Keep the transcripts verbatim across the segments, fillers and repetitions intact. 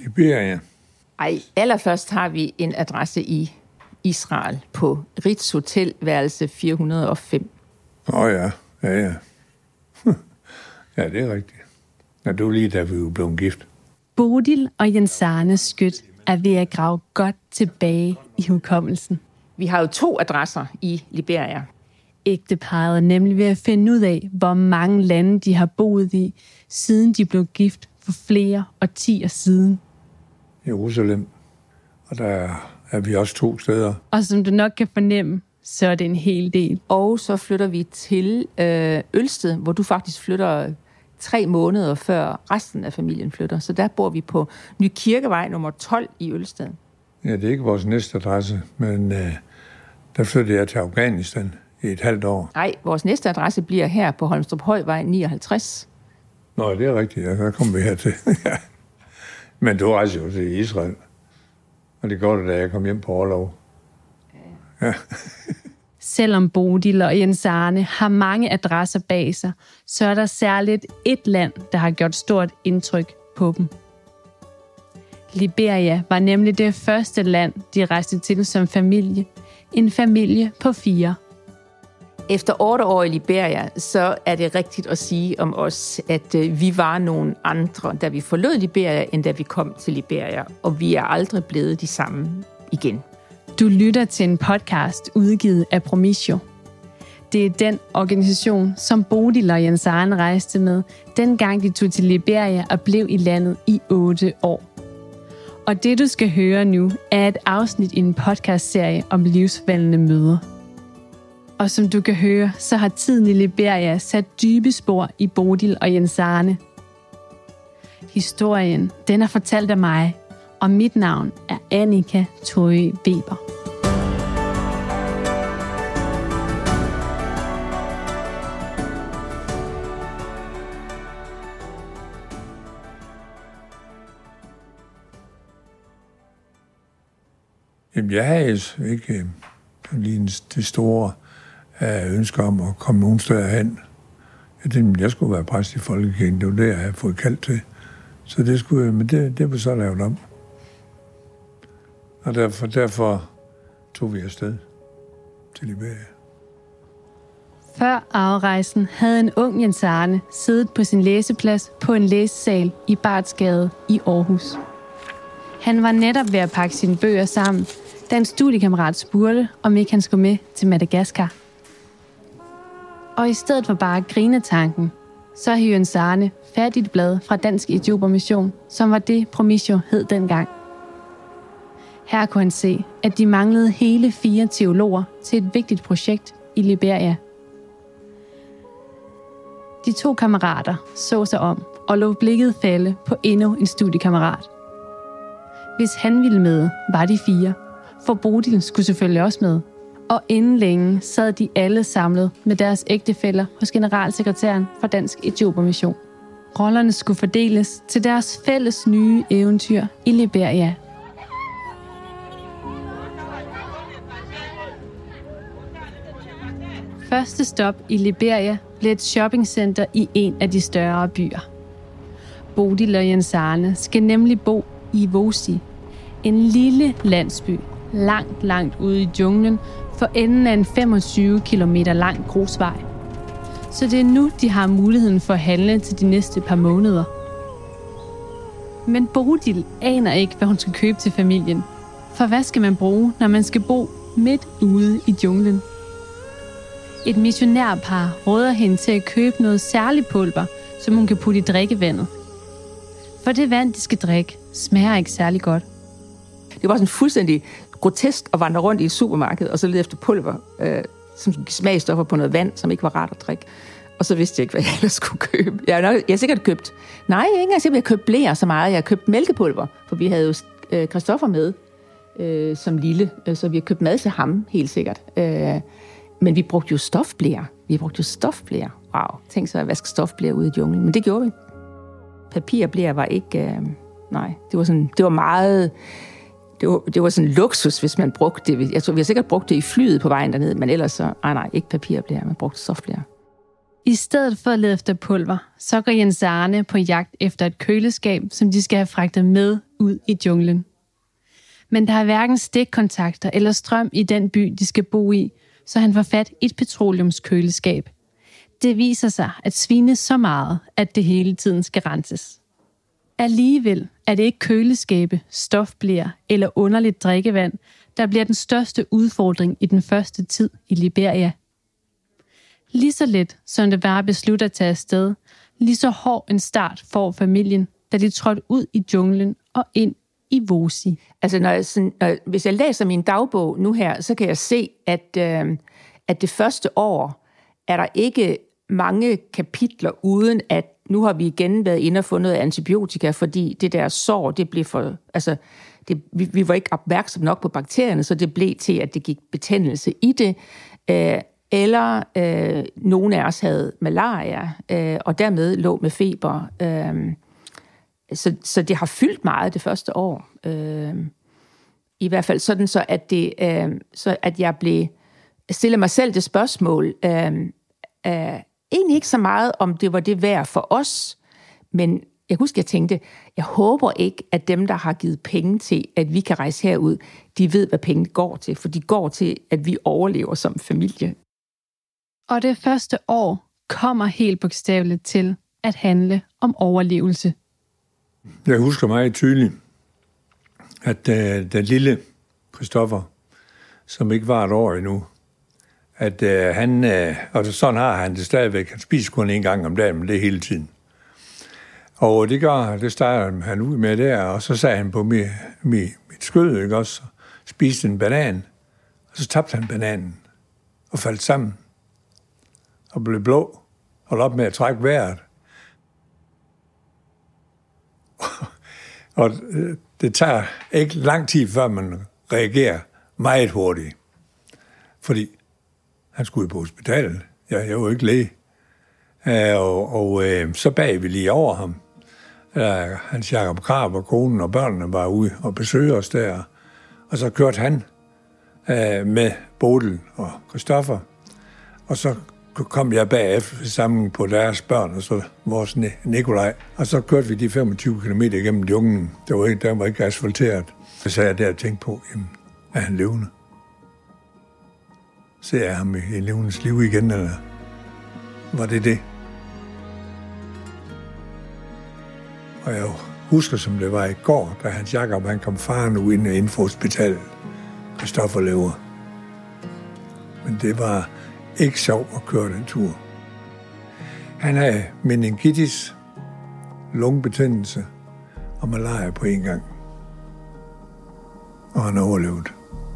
Liberia. Ej, allerførst har vi en adresse i Israel på Ritz Hotel, værelse fire hundrede og fem. Åh oh, ja, ja, ja. Ja, det er rigtigt. Ja, det var lige da vi var blevet gift. Bodil og Jens Arne Skødt er ved at grave godt tilbage i hukommelsen. Vi har jo to adresser i Liberia. Ægteparret er nemlig ved at finde ud af, hvor mange lande de har boet i, siden de blev gift for flere årtier siden. Jerusalem. Og der er vi også to steder. Og som du nok kan fornemme, så er det en hel del. Og så flytter vi til øh, Ølsted, hvor du faktisk flytter tre måneder før resten af familien flytter. Så der bor vi på Ny Kirkevej nummer tolv i Ølsted. Ja, det er ikke vores næste adresse, men øh, der flyttede jeg til Afghanistan i et halvt år. Nej, vores næste adresse bliver her på Holmstrup Højvej nioghalvtreds. Nå, det er rigtigt. Ja, der kommer vi her til. Men du rejser jo til Israel. Og det går det, da jeg kom hjem på orlov. Ja. Selvom Bodil og Jens Arne har mange adresser bag sig, så er der særligt et land, der har gjort stort indtryk på dem. Liberia var nemlig det første land, de rejste til som familie. En familie på fire. Efter otte år i Liberia, så er det rigtigt at sige om os, at vi var nogle andre, da vi forlod Liberia, end da vi kom til Liberia. Og vi er aldrig blevet de samme igen. Du lytter til en podcast udgivet af Promisio. Det er den organisation, som Bodil og Jens Arne rejste med, dengang de tog til Liberia og blev i landet i otte år. Og det, du skal høre nu, er et afsnit i en podcastserie om livsvalgende møder. Og som du kan høre, så har tiden i Liberia sat dybe spor i Bodil og Jens Arne. Historien, den er fortalt af mig, og mit navn er Annika Toje Weber. Jamen, jeg havde ikke lige det store ønske om at komme nogen steder hen. Jeg tænkte, jeg skulle være præst i folkekirken. Det var det, jeg havde fået kaldt til. Så det skulle jeg, men det, det var så lavet om. Og derfor, derfor tog vi afsted til Liberia. Før afrejsen havde en ung Jens Arne siddet på sin læseplads på en læsesal i Bartsgade i Aarhus. Han var netop ved at pakke sine bøger sammen, da en studiekammerat spurgte, om ikke han skulle med til Madagaskar. Og i stedet for bare grinetanken, så havde Jens Arne fat i et blad fra Dansk Etiopermission, som var det Promisio hed dengang. Her kunne han se, at de manglede hele fire teologer til et vigtigt projekt i Liberia. De to kammerater så sig om og lod blikket falde på endnu en studiekammerat. Hvis han ville med, var de fire, for Bodil skulle selvfølgelig også med. Og inden længe sad de alle samlet med deres ægtefæller hos generalsekretæren for Dansk Etiopermission. Rollerne skulle fordeles til deres fælles nye eventyr i Liberia. Første stop i Liberia blev et shoppingcenter i en af de større byer. Bodil og Jens Arne skal nemlig bo i Vosi, en lille landsby langt, langt ude i junglen for enden af en femogtyve kilometer lang grusvej. Så det er nu, de har muligheden for at handle til de næste par måneder. Men Bodil aner ikke, hvad hun skal købe til familien. For hvad skal man bruge, når man skal bo midt ude i junglen? Et missionærpar råder hende til at købe noget særligt pulver, som hun kan putte i drikkevandet. For det vand, de skal drikke, smager ikke særlig godt. Det var sådan fuldstændig grotesk at vandre rundt i et supermarked, og så lede efter pulver, øh, som smagstoffer på noget vand, som ikke var rart at drikke. Og så vidste jeg ikke, hvad jeg ellers skulle købe. Jeg har, nok, jeg har sikkert købt... Nej, jeg har ikke engang jeg har købt blæer så meget. Jeg har købt mælkepulver, for vi havde jo øh, Christoffer med øh, som lille, øh, så vi har købt mad til ham, helt sikkert. Øh, men vi brugte jo stofblæer. Vi brugte jo stofblæer. Wow, tænk så at vaske stofblæer ude i junglen. Men det gjorde vi. Papirblæer var ikke... Øh, nej, det var, sådan, det var meget... Det var, det var sådan luksus, hvis man brugte det. Jeg tror, vi har sikkert brugt det i flyet på vejen derned, men ellers så... Nej, nej, ikke papirblæer, man brugte stofblæer. I stedet for at lede efter pulver, så går Jens Arne på jagt efter et køleskab, som de skal have fragtet med ud i junglen. Men der er hverken stikkontakter eller strøm i den by, de skal bo i, så han får fat i et petroleumskøleskab. Det viser sig at svine så meget, at det hele tiden skal renses. Alligevel er det ikke køleskabe, stofbleer eller underligt drikkevand, der bliver den største udfordring i den første tid i Liberia. Lige så let, som det var at beslutte at tage afsted, lige så hård en start får familien, da de trådte ud i junglen og ind i Wosi. Altså, når jeg sådan, når, hvis jeg læser min dagbog nu her, så kan jeg se, at, øh, at det første år er der ikke mange kapitler, uden at nu har vi igen været inde og fundet noget antibiotika, fordi det der sår, det blev for... Altså, det, vi, vi var ikke opmærksomme nok på bakterierne, så det blev til, at det gik betændelse i det. Øh, eller øh, nogen af os havde malaria, øh, og dermed lå med feber. Øh, så, så det har fyldt meget det første år. Øh, I hvert fald sådan, så at, det, øh, så at jeg blev stiller mig selv det spørgsmål, øh, øh, egentlig ikke så meget, om det var det værd for os, men jeg husker, jeg tænkte, jeg håber ikke, at dem, der har givet penge til, at vi kan rejse herud, de ved, hvad pengene går til, for de går til, at vi overlever som familie. Og det første år kommer helt bogstaveligt til at handle om overlevelse. Jeg husker meget tydeligt, at uh, den lille Christoffer, som ikke var et år endnu, at uh, han, uh, og sådan har han det stadigvæk, han spiser kun en gang om dagen, men det er hele tiden. Og det gør, det startede han ud med der, og så sagde han på mit, mit, mit skød, ikke også, spiste en banan, og så tabte han bananen, og faldt sammen, og blev blå, holdt op med at trække vejret. Og det tager ikke lang tid, før man reagerer meget hurtigt. Fordi han skulle på hospitalet. Jeg, jeg var jo ikke læge. Og, og øh, så bag vi lige over ham. Der, Hans Jakob Krab og konen og børnene var ude og besøge os der. Og så kørte han øh, med Bodil og Christoffer. Og så kom jeg bagefter sammen på deres børn, og så vores Nikolaj. Og så kørte vi de femogtyve kilometer igennem junglen. Der var ikke, der var ikke asfalteret. Så sagde jeg der og tænkte på, jamen, er han levende? Ser jeg ham i levendens liv igen, eller var det det? Og jeg husker, som det var i går, da Hans Jakob, han kom farende ud inden for hospitalet. Christoffer lever. Men det var ikke sjovt at køre den tur. Han havde meningitis, lungebetændelse og malaria på en gang. Og han overlevede.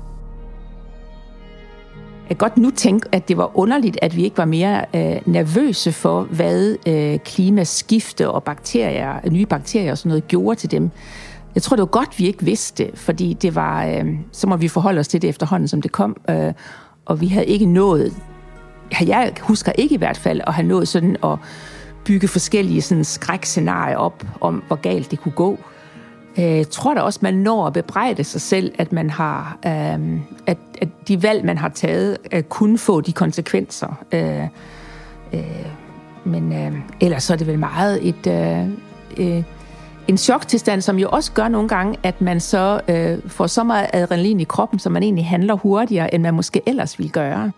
Jeg kan godt nu tænke, at det var underligt, at vi ikke var mere øh, nervøse for, hvad øh, klimaskifte og bakterier, nye bakterier og sådan noget gjorde til dem. Jeg tror, det var godt, vi ikke vidste, fordi det var, øh, så må vi forholde os til det efterhånden, som det kom. Øh, og vi havde ikke nået, jeg husker ikke i hvert fald, at have nået sådan at bygge forskellige sådan skrækscenarier op, om hvor galt det kunne gå. Jeg tror da også, man når at bebrejde sig selv, at man har, øh, at, at de valg, man har taget, øh, kunne få de konsekvenser. Øh, øh, men øh, ellers så er det vel meget et, øh, øh, en choktilstand, som jo også gør nogle gange, at man så øh, får så meget adrenalin i kroppen, så man egentlig handler hurtigere, end man måske ellers ville gøre.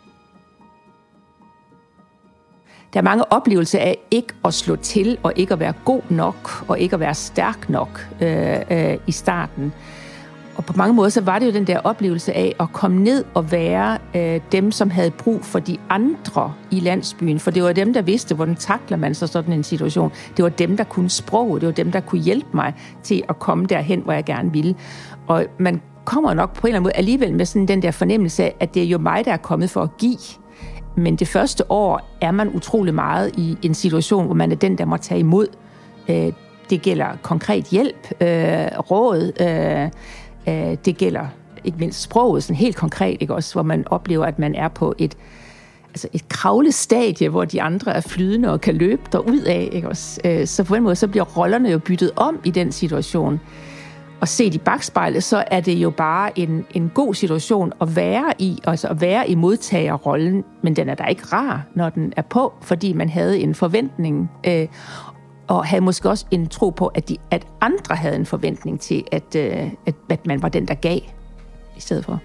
Der er mange oplevelser af ikke at slå til, og ikke at være god nok, og ikke at være stærk nok øh, øh, i starten. Og på mange måder, så var det jo den der oplevelse af at komme ned og være øh, dem, som havde brug for de andre i landsbyen. For det var dem, der vidste, hvordan takler man så sådan en situation. Det var dem, der kunne sproget. Det var dem, der kunne hjælpe mig til at komme derhen, hvor jeg gerne ville. Og man kommer nok på en eller anden måde alligevel med sådan den der fornemmelse af, at det er jo mig, der er kommet for at give. Men det første år er man utrolig meget i en situation, hvor man er den, der må tage imod. Det gælder konkret hjælp, råd, det gælder ikke mindst sproget, sådan helt konkret, ikke også, hvor man oplever, at man er på et, altså et kravlestadie, hvor de andre er flydende og kan løbe derudad, ikke også. Så på en måde, så bliver rollerne jo byttet om i den situation. Og set i bagspejlet, så er det jo bare en, en god situation at være i, altså at være i modtagerrollen, men den er da ikke rar, når den er på, fordi man havde en forventning. Øh, og havde måske også en tro på, at, de, at andre havde en forventning til, at, øh, at, at man var den, der gav, i stedet for.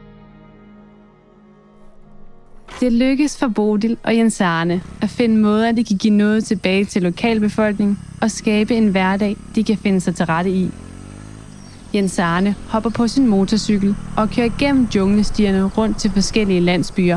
Det lykkedes for Bodil og Jens Arne at finde måder, de kan give noget tilbage til lokalbefolkningen og skabe en hverdag, de kan finde sig til rette i. Jens Arne hopper på sin motorcykel og kører igennem junglestierne rundt til forskellige landsbyer.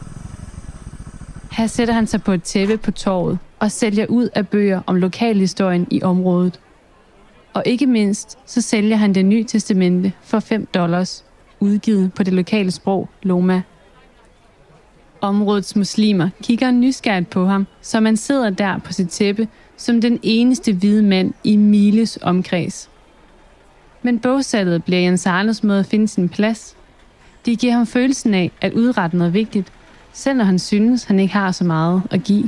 Her sætter han sig på et tæppe på torvet og sælger ud af bøger om lokalhistorien i området. Og ikke mindst, så sælger han Det Nye Testamente for fem dollars, udgivet på det lokale sprog, Loma. Områdets muslimer kigger nysgerrigt på ham, så man sidder der på sit tæppe som den eneste hvide mand i miles omkreds. Men bogsalget bliver Jens Arnes måde at finde sin plads. De giver ham følelsen af at udrette noget vigtigt, selv når han synes, han ikke har så meget at give.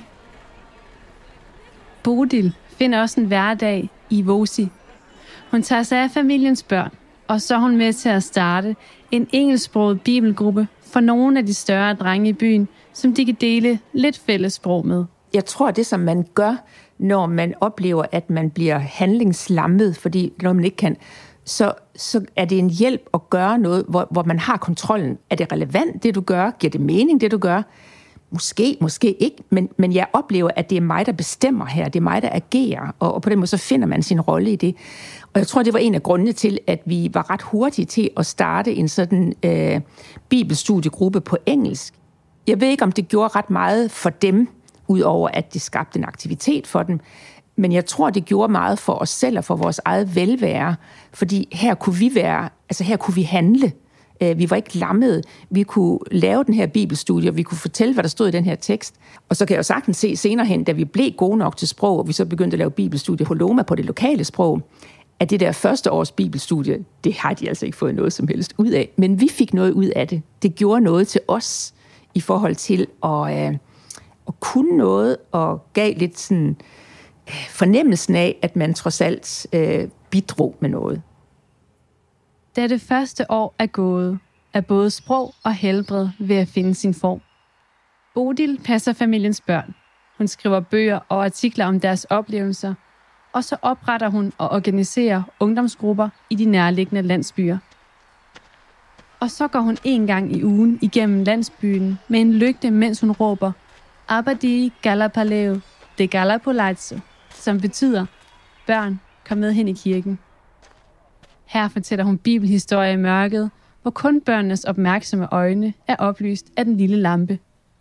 Bodil finder også en hverdag i Vosi. Hun tager sig af familiens børn, og så er hun med til at starte en engelsksproget bibelgruppe for nogle af de større drenge i byen, som de kan dele lidt fælles sprog med. Jeg tror, det som man gør, når man oplever, at man bliver handlingslammet, fordi når man ikke kan, så, så er det en hjælp at gøre noget, hvor, hvor man har kontrollen. Er det relevant, det du gør? Giver det mening, det du gør? Måske, måske ikke, men, men jeg oplever, at det er mig, der bestemmer her. Det er mig, der agerer, og, og på den måde så finder man sin rolle i det. Og jeg tror, det var en af grundene til, at vi var ret hurtige til at starte en sådan øh, bibelstudiegruppe på engelsk. Jeg ved ikke, om det gjorde ret meget for dem, udover at det skabte en aktivitet for dem. Men jeg tror, det gjorde meget for os selv og for vores eget velvære. Fordi her kunne vi være, altså her kunne vi handle. Vi var ikke lammede. Vi kunne lave den her bibelstudie, og vi kunne fortælle, hvad der stod i den her tekst. Og så kan jeg jo sagtens se senere hen, da vi blev gode nok til sprog, og vi så begyndte at lave bibelstudie på Loma på det lokale sprog, at det der første års bibelstudie, det har de altså ikke fået noget som helst ud af. Men vi fik noget ud af det. Det gjorde noget til os i forhold til at, øh, at kunne noget, og gav lidt sådan øh, fornemmelsen af, at man trods alt øh, bidrog med noget. Da det første år er gået, er både sprog og helbred ved at finde sin form. Bodil passer familiens børn. Hun skriver bøger og artikler om deres oplevelser, og så opretter hun og organiserer ungdomsgrupper i de nærliggende landsbyer. Og så går hun en gang i ugen igennem landsbyen med en lygte, mens hun råber Abadi Galapaleo de Galapolazzo, som betyder børn, kom med hen i kirken. Her fortæller hun bibelhistorie i mørket, hvor kun børnenes opmærksomme øjne er oplyst af den lille lampe.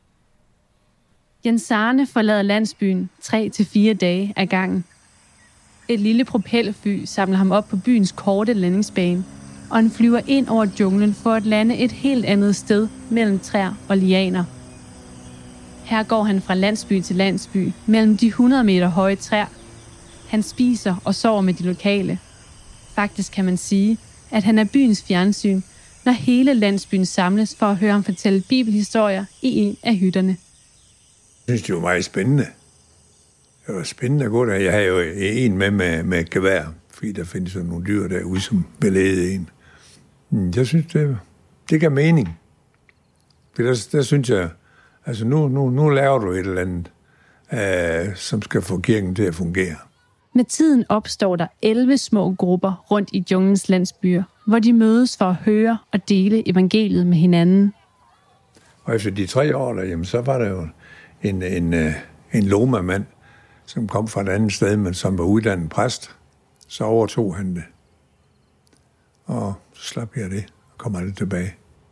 Jens Arne forlader landsbyen tre til fire dage ad gangen. Et lille propelfly samler ham op på byens korte landingsbane, og han flyver ind over junglen for at lande et helt andet sted mellem træer og lianer. Her går han fra landsby til landsby mellem de hundrede meter høje træer. Han spiser og sover med de lokale. Faktisk kan man sige, at han er byens fjernsyn, når hele landsbyen samles for at høre ham fortælle bibelhistorier i en af hytterne. Jeg synes, det var meget spændende. Det var spændende at gå der. Jeg havde jo en med med, med et gevær, fordi der findes jo nogle dyr derude, som vil lede en. Jeg synes, det, det gav mening. For der, der synes jeg, altså nu, nu, nu laver du et eller andet, øh, som skal få kirken til at fungere. Med tiden opstår der elleve små grupper rundt i junglens landsbyer, hvor de mødes for at høre og dele evangeliet med hinanden. Og efter de tre år der, jamen, så var der jo en, en, en Loma-mand, som kom fra et andet sted, men som var uddannet præst. Så overtog han det. Og så slap jeg det og kom aldrig tilbage.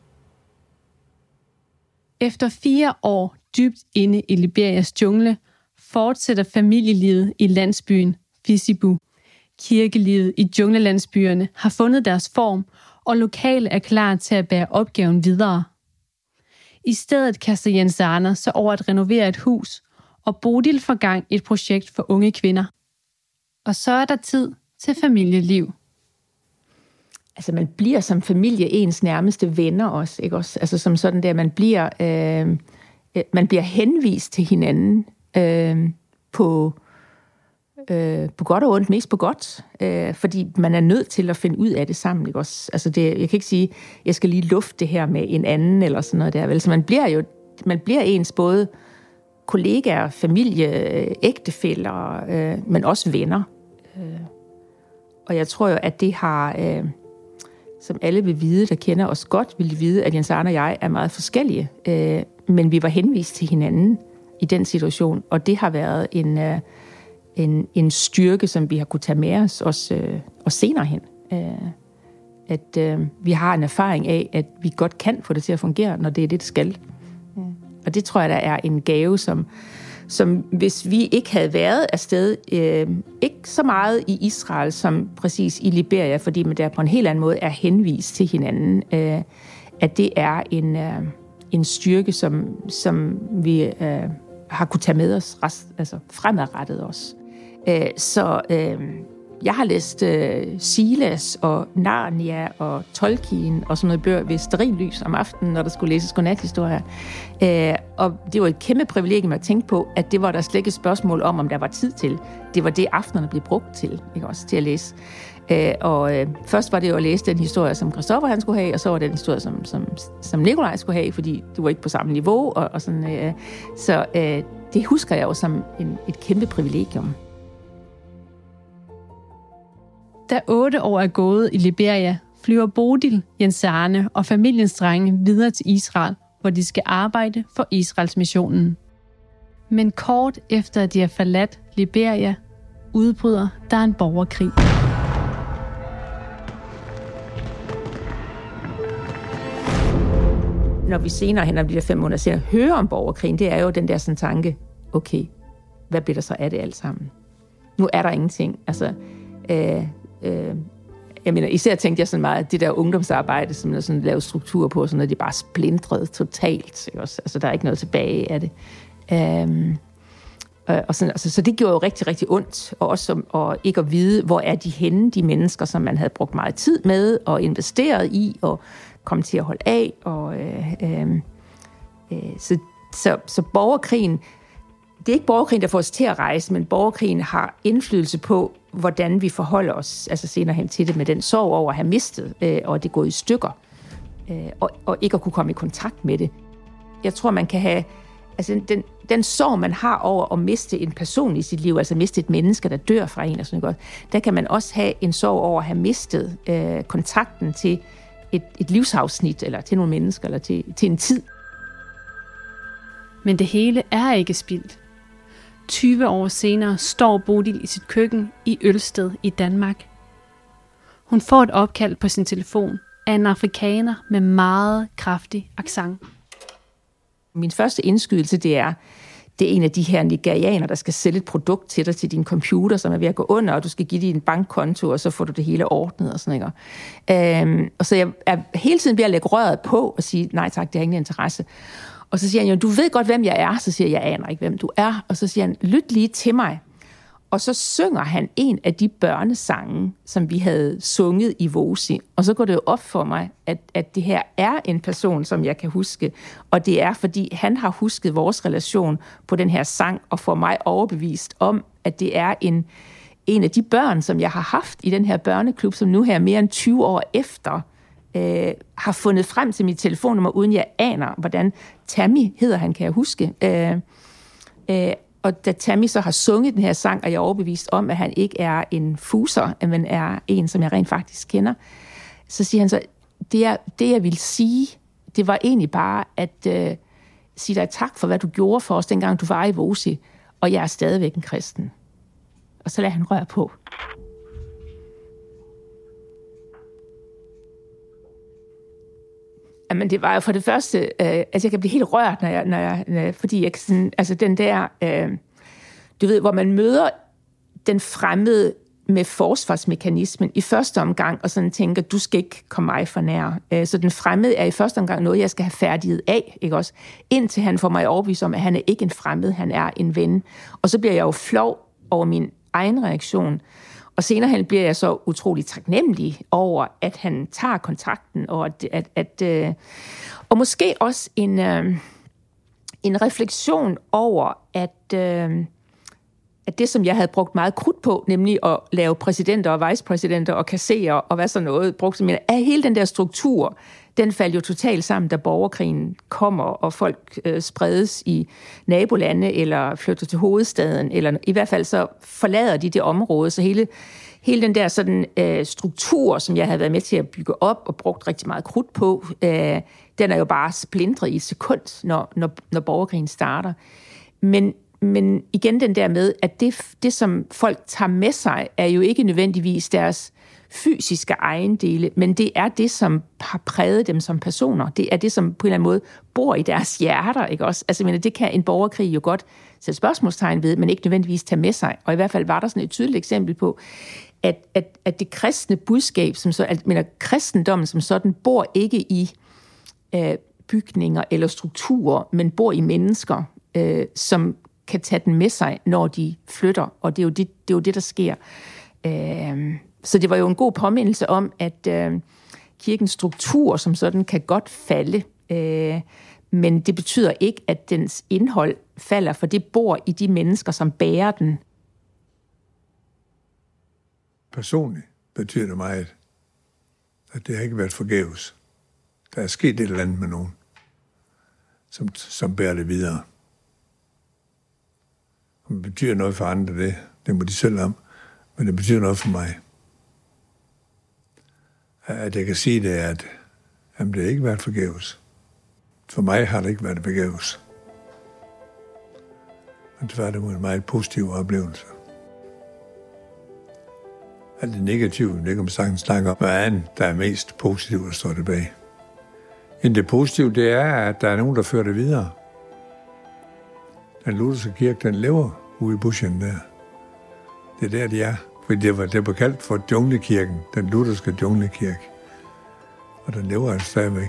Efter fire år dybt inde i Liberias jungle, fortsætter familielivet i landsbyen Fisibu. Kirkelivet i junglelandsbyerne har fundet deres form, og lokale er klar til at bære opgaven videre. I stedet kaster Jens Arne sig over at renovere et hus, og Bodil får gang i et projekt for unge kvinder. Og så er der tid til familieliv. Altså man bliver som familie ens nærmeste venner også, ikke også? Altså som sådan der, man bliver, øh, man bliver henvist til hinanden øh, på, øh, på godt og ondt, mest på godt, øh, fordi man er nødt til at finde ud af det sammen, ikke også? Altså det, jeg kan ikke sige, jeg skal lige lufte det her med en anden eller sådan noget der, vel? Så man bliver jo, man bliver ens både kollegaer, familie, ægtefæller, øh, men også venner. Øh, og jeg tror jo, at det har, øh, som alle vil vide, der kender os godt, vil vide, at Jens Arne og jeg er meget forskellige. Øh, men vi var henvist til hinanden i den situation, og det har været en, øh, en, en styrke, som vi har kunne tage med os også, øh, også senere hen. Øh, at øh, vi har en erfaring af, at vi godt kan få det til at fungere, når det er det, det skal. Ja. Og det tror jeg, der er en gave, som, som hvis vi ikke havde været afsted, øh, ikke så meget i Israel som præcis i Liberia, fordi man der på en helt anden måde er henvist til hinanden, øh, at det er en, øh, en styrke, som, som vi øh, har kunne tage med os rest, altså fremadrettet også. Øh, så øh, jeg har læst øh, Silas og Narnia og Tolkien og sådan noget bøger ved stearinlys om aftenen, når der skulle læses godnathistorier. Øh, og det var et kæmpe privilegium at tænke på, at det var der slet ikke et spørgsmål om, om der var tid til. Det var det, aftenerne blev brugt til, ikke også, til at læse. Øh, og øh, først var det jo at læse den historie, som Christoffer han skulle have, og så var det den historie, som, som, som Nikolaj skulle have, fordi du var ikke på samme niveau. Og, og sådan, øh, så øh, det husker jeg jo som en, et kæmpe privilegium. Da otte år er gået i Liberia, flyver Bodil, Jens Arne og familiens drenge videre til Israel, hvor de skal arbejde for Israels missionen. Men kort efter, at de har forladt Liberia, udbryder der en borgerkrig. Når vi senere hen, når de der fem måneder senere, hører om borgerkrigen, det er jo den der sådan tanke, okay, hvad bliver der så af det alt sammen? Nu er der ingenting. Altså, øh, øh, jeg mener, især tænkte jeg sådan meget, at det der ungdomsarbejde, som der sådan lavet struktur på, sådan noget, det er bare splintret totalt. Ikke også? Altså, der er ikke noget tilbage af det. Um, og sådan, altså, så det gjorde jo rigtig, rigtig ondt, og også som, og ikke at vide, hvor er de henne, de mennesker, som man havde brugt meget tid med, og investeret i, og kom til at holde af. Og, øh, øh, øh, så, så, så borgerkrigen, det er ikke borgerkrigen, der får os til at rejse, men borgerkrigen har indflydelse på, hvordan vi forholder os, altså senere hen til det, med den sorg over at have mistet, øh, og det er gået i stykker, øh, og, og ikke at kunne komme i kontakt med det. Jeg tror, man kan have, altså den, den sorg, man har over at miste en person i sit liv, altså miste et menneske, der dør fra en og sådan noget, der kan man også have en sorg over at have mistet øh, kontakten til et, et livsafsnit, eller til nogle mennesker, eller til, til en tid. Men det hele er ikke spildt. tyve år senere står Bodil i sit køkken i Ølsted i Danmark. Hun får et opkald på sin telefon af en afrikaner med meget kraftig accent. Min første indskydelse, det er, det er en af de her nigerianer, der skal sælge et produkt til dig til din computer, som er ved at gå under, og du skal give din bankkonto, og så får du det hele ordnet og sådan noget. Øhm, og så jeg er hele tiden ved at lægge røret på og sige, nej tak, det har ingen interesse. Og så siger han jo, du ved godt, hvem jeg er. Så siger jeg, jeg aner ikke, hvem du er. Og så siger han, lyt lige til mig. Og så synger han en af de børnesange, som vi havde sunget i Vosi. Og så går det jo op for mig, at, at det her er en person, som jeg kan huske. Og det er, fordi han har husket vores relation på den her sang, og får mig overbevist om, at det er en, en af de børn, som jeg har haft i den her børneklub, som nu her mere end tyve år efter, øh, har fundet frem til mit telefonnummer, uden jeg aner, hvordan Tammy hedder han, kan jeg huske. Øh, øh, Og da Tammy så har sunget den her sang, og jeg er overbevist om, at han ikke er en fuser, men er en, som jeg rent faktisk kender, så siger han så, det, er, det jeg vil sige, det var egentlig bare at øh, sige dig tak for, hvad du gjorde for os, dengang du var i Vosi, og jeg er stadigvæk en kristen. Og så lader han røre på. Men det var jo for det første, øh, altså jeg kan blive helt rørt, når jeg, når jeg, når jeg fordi jeg sådan, altså den der, øh, du ved, hvor man møder den fremmede med forsvarsmekanismen i første omgang, og sådan tænker, du skal ikke komme mig for nær. Øh, så den fremmede er i første omgang noget, jeg skal have færdiget af, ikke også? Indtil han får mig overbevist om, at han er ikke en fremmed, han er en ven. Og så bliver jeg jo flov over min egen reaktion. Og senere hen bliver jeg så utrolig taknemmelig over, at han tager kontakten, og at, at, at øh, og måske også en, øh, en refleksion over, at, øh, at det, som jeg havde brugt meget krudt på, nemlig at lave præsidenter og vicepræsidenter og kasserer og hvad så noget, brugt som af hele den der struktur, den faldt jo totalt sammen, da borgerkrigen kommer, og folk øh, spredes i nabolande, eller flytter til hovedstaden, eller i hvert fald så forlader de det område, så hele, hele den der sådan, øh, struktur, som jeg havde været med til at bygge op og brugt rigtig meget krudt på, øh, den er jo bare splintret i et sekund, når, når, når borgerkrigen starter. Men Men igen den der med, at det, det, som folk tager med sig, er jo ikke nødvendigvis deres fysiske ejendele, men det er det, som har præget dem som personer. Det er det, som på en eller anden måde bor i deres hjerter, ikke også? Altså, men det kan en borgerkrig jo godt sætte spørgsmålstegn ved, men ikke nødvendigvis tage med sig. Og i hvert fald var der sådan et tydeligt eksempel på, at, at, at det kristne budskab, som så, at, men kristendommen som sådan, bor ikke i øh, bygninger eller strukturer, men bor i mennesker, øh, som kan tage den med sig, når de flytter, og det er jo det, det, er jo det der sker. Øh, så det var jo en god påmindelse om, at øh, kirkens struktur som sådan kan godt falde, øh, men det betyder ikke, at dens indhold falder, for det bor i de mennesker, som bærer den. Personligt betyder det meget, at det har ikke været forgæves. Der er sket et eller andet med nogen, som, som bærer det videre. Om det betyder noget for andre, det, det må de selv om, men det betyder noget for mig. At jeg kan sige det, at jamen, det har ikke været forgæves. For mig har det ikke været forgæves. Men tværtimod en meget positiv oplevelse. Alt det negative, det kan man sagtens snakke om, hvad andet, der er mest positivt at stå tilbage. Men det positive, det er, at der er nogen, der fører det videre. Den lutherske kirke, den lever ude i bushen der. Det er der, de er. Fordi det var, det var kaldt for junglekirken, den lutherske junglekirke. Og den lever altså stadigvæk.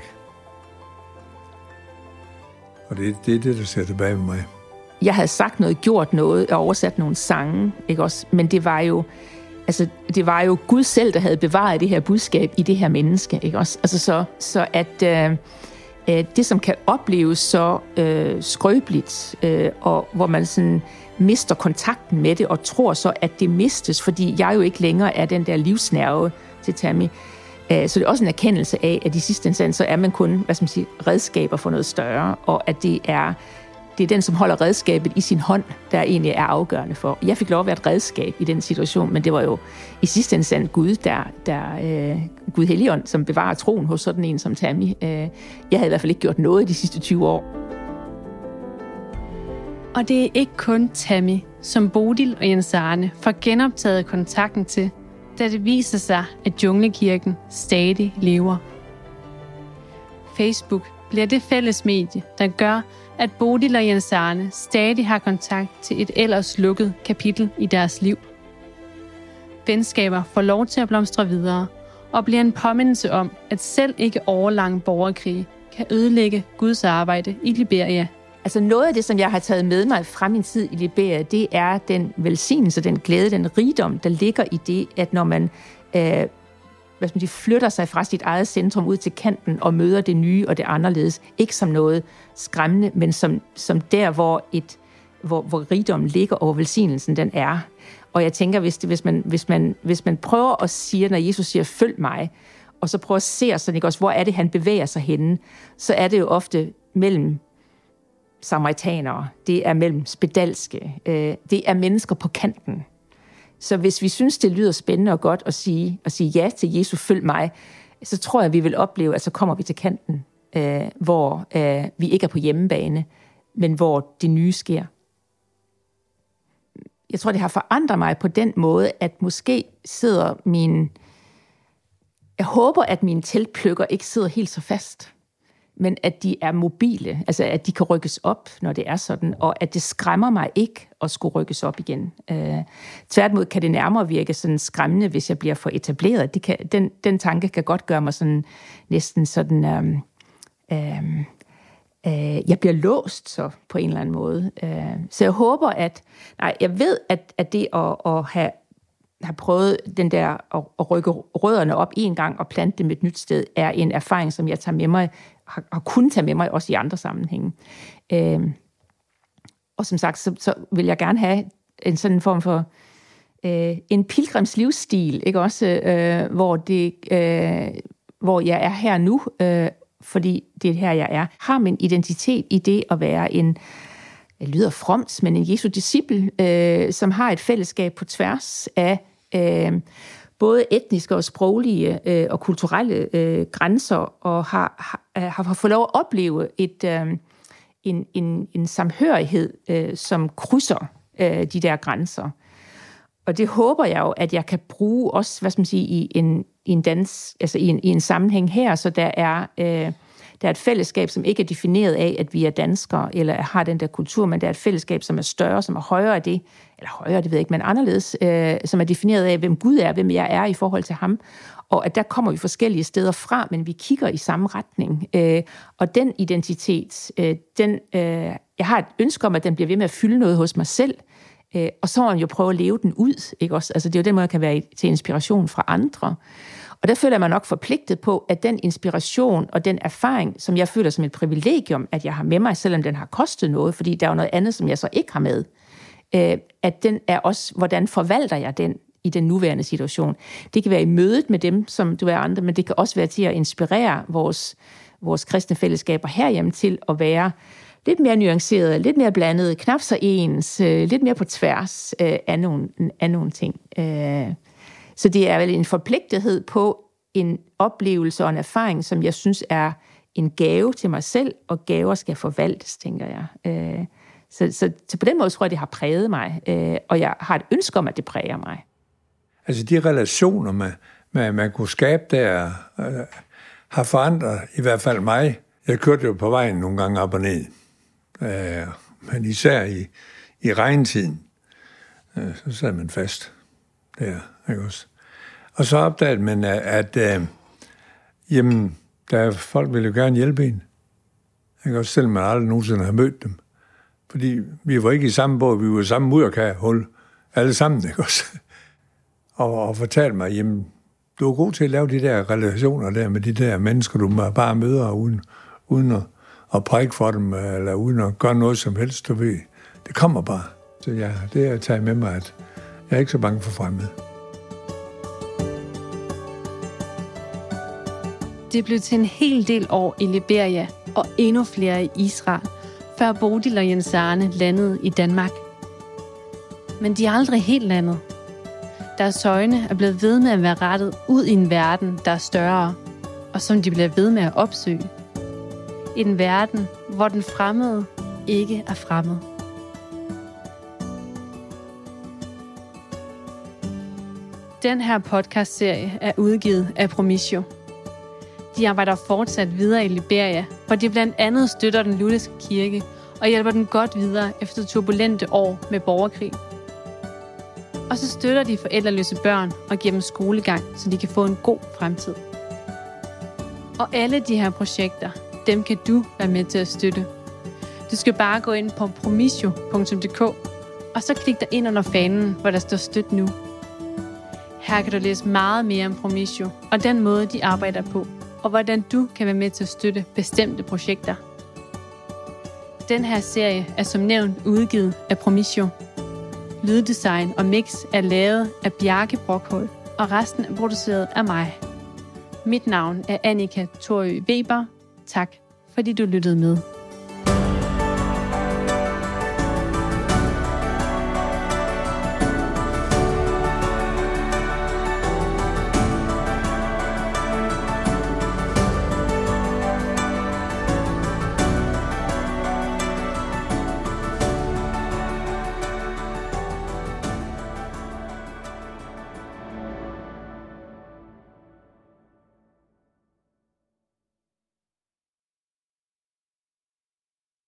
Og det, det er det, der ser tilbage med mig. Jeg havde sagt noget, gjort noget, og oversat nogle sange, ikke også? Men det var jo, altså, det var jo Gud selv, der havde bevaret det her budskab i det her menneske, ikke også? Altså så, så at øh, det, som kan opleves så øh, skrøbeligt, øh, og hvor man sådan mister kontakten med det, og tror så, at det mistes, fordi jeg jo ikke længere er den der livsnerve til Tammy. Øh, så det er også en erkendelse af, at i sidste instans, så er man kun, hvad skal man sige, redskaber for noget større, og at det er, det er den, som holder redskabet i sin hånd, der egentlig er afgørende for. Jeg fik lov at være et redskab i den situation, men det var jo i sidste instans Gud, der, der øh, Gud Helligånd, som bevarer troen hos sådan en som Tammy. Øh, jeg havde i hvert fald ikke gjort noget de sidste tyve år. Og det er ikke kun Tammy, som Bodil og Jens Arne får genoptaget kontakten til, da det viser sig, at Junglekirken stadig lever. Facebook bliver det fælles medie, der gør, at Bodil og Jens Arne stadig har kontakt til et ellers lukket kapitel i deres liv. Venskaber får lov til at blomstre videre, og bliver en påmindelse om, at selv ikke overlang borgerkrige kan ødelægge Guds arbejde i Liberia. Altså noget af det, som jeg har taget med mig fra min tid i Liberia, det er den velsignelse, den glæde, den rigdom, der ligger i det, at når man øh, hvad skal man sige, flytter sig fra sit eget centrum ud til kanten og møder det nye og det anderledes, ikke som noget skræmmende, men som, som der, hvor, et, hvor, hvor rigdommen ligger, og hvor velsignelsen den er. Og jeg tænker, hvis, det, hvis, man, hvis, man, hvis man prøver at sige, når Jesus siger, følg mig, og så prøver at se sådan, ikke også, hvor er det, han bevæger sig henne, så er det jo ofte mellem samaritanere, det er mellem spedalske, øh, det er mennesker på kanten. Så hvis vi synes, det lyder spændende og godt at sige, at sige ja til Jesus, følg mig, så tror jeg, vi vil opleve, at så kommer vi til kanten, øh, hvor øh, vi ikke er på hjemmebane, men hvor det nye sker. Jeg tror, det har forandret mig på den måde, at måske sidder min... Jeg håber, at mine teltpløkker ikke sidder helt så fast, men at de er mobile, altså at de kan rykkes op, når det er sådan, og at det skræmmer mig ikke at skulle rykkes op igen. Øh, tværtimod kan det nærmere virke sådan skræmmende, hvis jeg bliver for etableret. Det kan, den, den tanke kan godt gøre mig sådan næsten sådan... Øh, øh, øh, jeg bliver låst så på en eller anden måde. Øh, så jeg håber, at... Nej, jeg ved, at, at det at, at have... har prøvet den der at, at rykke rødderne op en gang og plante dem et nyt sted, er en erfaring, som jeg tager med mig, har, har kunnet tage med mig også i andre sammenhænge. Øh, og som sagt, så, så vil jeg gerne have en sådan form for øh, en pilgrims livsstil, ikke også, øh, hvor, det, øh, hvor jeg er her nu, øh, fordi det er her, jeg er. Har min identitet i det at være en, det lyder fromt, men en Jesu disciple, øh, som har et fællesskab på tværs af øh, både etniske og sproglige øh, og kulturelle øh, grænser, og har, har, har fået lov at opleve et, øh, en, en, en samhørighed, øh, som krydser øh, de der grænser. Og det håber jeg jo, at jeg kan bruge også, hvad skal man sige, i en, i en dans, altså i en, i en sammenhæng her, så der er, øh, der er et fællesskab, som ikke er defineret af, at vi er danskere, eller har den der kultur, men der er et fællesskab, som er større, som er højere af det, eller højere, det ved jeg ikke, men anderledes, øh, som er defineret af, hvem Gud er, hvem jeg er i forhold til ham, og at der kommer vi forskellige steder fra, men vi kigger i samme retning. Øh, og den identitet, øh, den, øh, jeg har et ønske om, at den bliver ved med at fylde noget hos mig selv, øh, og så må man jo prøve at leve den ud, ikke også? Altså det er jo den måde, jeg kan være til inspiration fra andre. Og der føler jeg mig nok forpligtet på, at den inspiration og den erfaring, som jeg føler som et privilegium, at jeg har med mig, selvom den har kostet noget, fordi der er jo noget andet, som jeg så ikke har med, øh, at den er også, hvordan forvalter jeg den i den nuværende situation. Det kan være i mødet med dem, som du er andre, men det kan også være til at inspirere vores, vores kristne fællesskaber herhjemme til at være lidt mere nuanceret, lidt mere blandet, knap så ens, øh, lidt mere på tværs øh, af, nogle, af nogle ting. Øh, så det er vel en forpligtethed på en oplevelse og en erfaring, som jeg synes er en gave til mig selv, og gaver skal forvaltes, tænker jeg. Øh, så, så, så på den måde tror jeg, det har præget mig, øh, og jeg har et ønske om, at det præger mig. Altså de relationer, man, man, man kunne skabe der, øh, har forandret i hvert fald mig. Jeg kørte jo på vejen nogle gange op og ned, øh, men især i, i regntiden, øh, så sad man fast der, ikke også? Og så opdagede man, at, at øh, jamen, der folk ville jo gerne hjælpe en, ikke også, selvom man aldrig nogensinde har mødt dem. Fordi vi var ikke i samme båd, vi var i samme mudderkagehul, alle sammen, ikke også? Og, og fortalte mig, jamen, du er god til at lave de der relationer der med de der mennesker, du bare møder, uden, uden at, at prække for dem, eller uden at gøre noget som helst, du ved. Det kommer bare. Så ja, det er at tage med mig, at jeg er ikke så bange for fremmede. Det blev til en hel del år i Liberia, og endnu flere i Israel, før Bodil og Jens Arne landede i Danmark. Men de er aldrig helt landet. Deres øjne er blevet ved med at være rettet ud i en verden, der er større, og som de bliver ved med at opsøge. En verden, hvor den fremmede ikke er fremmed. Den her podcastserie er udgivet af Promissio. De arbejder fortsat videre i Liberia, hvor de blandt andet støtter den lutherske kirke og hjælper den godt videre efter turbulente år med borgerkrig. Og så støtter de forældreløse børn og giver dem skolegang, så de kan få en god fremtid. Og alle de her projekter, dem kan du være med til at støtte. Du skal bare gå ind på promissio punktum d k, og så klik dig ind under fanen, hvor der står støt nu. Her kan du læse meget mere om Promissio og den måde, de arbejder på, og hvordan du kan være med til at støtte bestemte projekter. Den her serie er som nævnt udgivet af Promissio. Lyddesign og mix er lavet af Bjarke Brokhul, og resten er produceret af mig. Mit navn er Annika Thorø Weber. Tak fordi du lyttede med.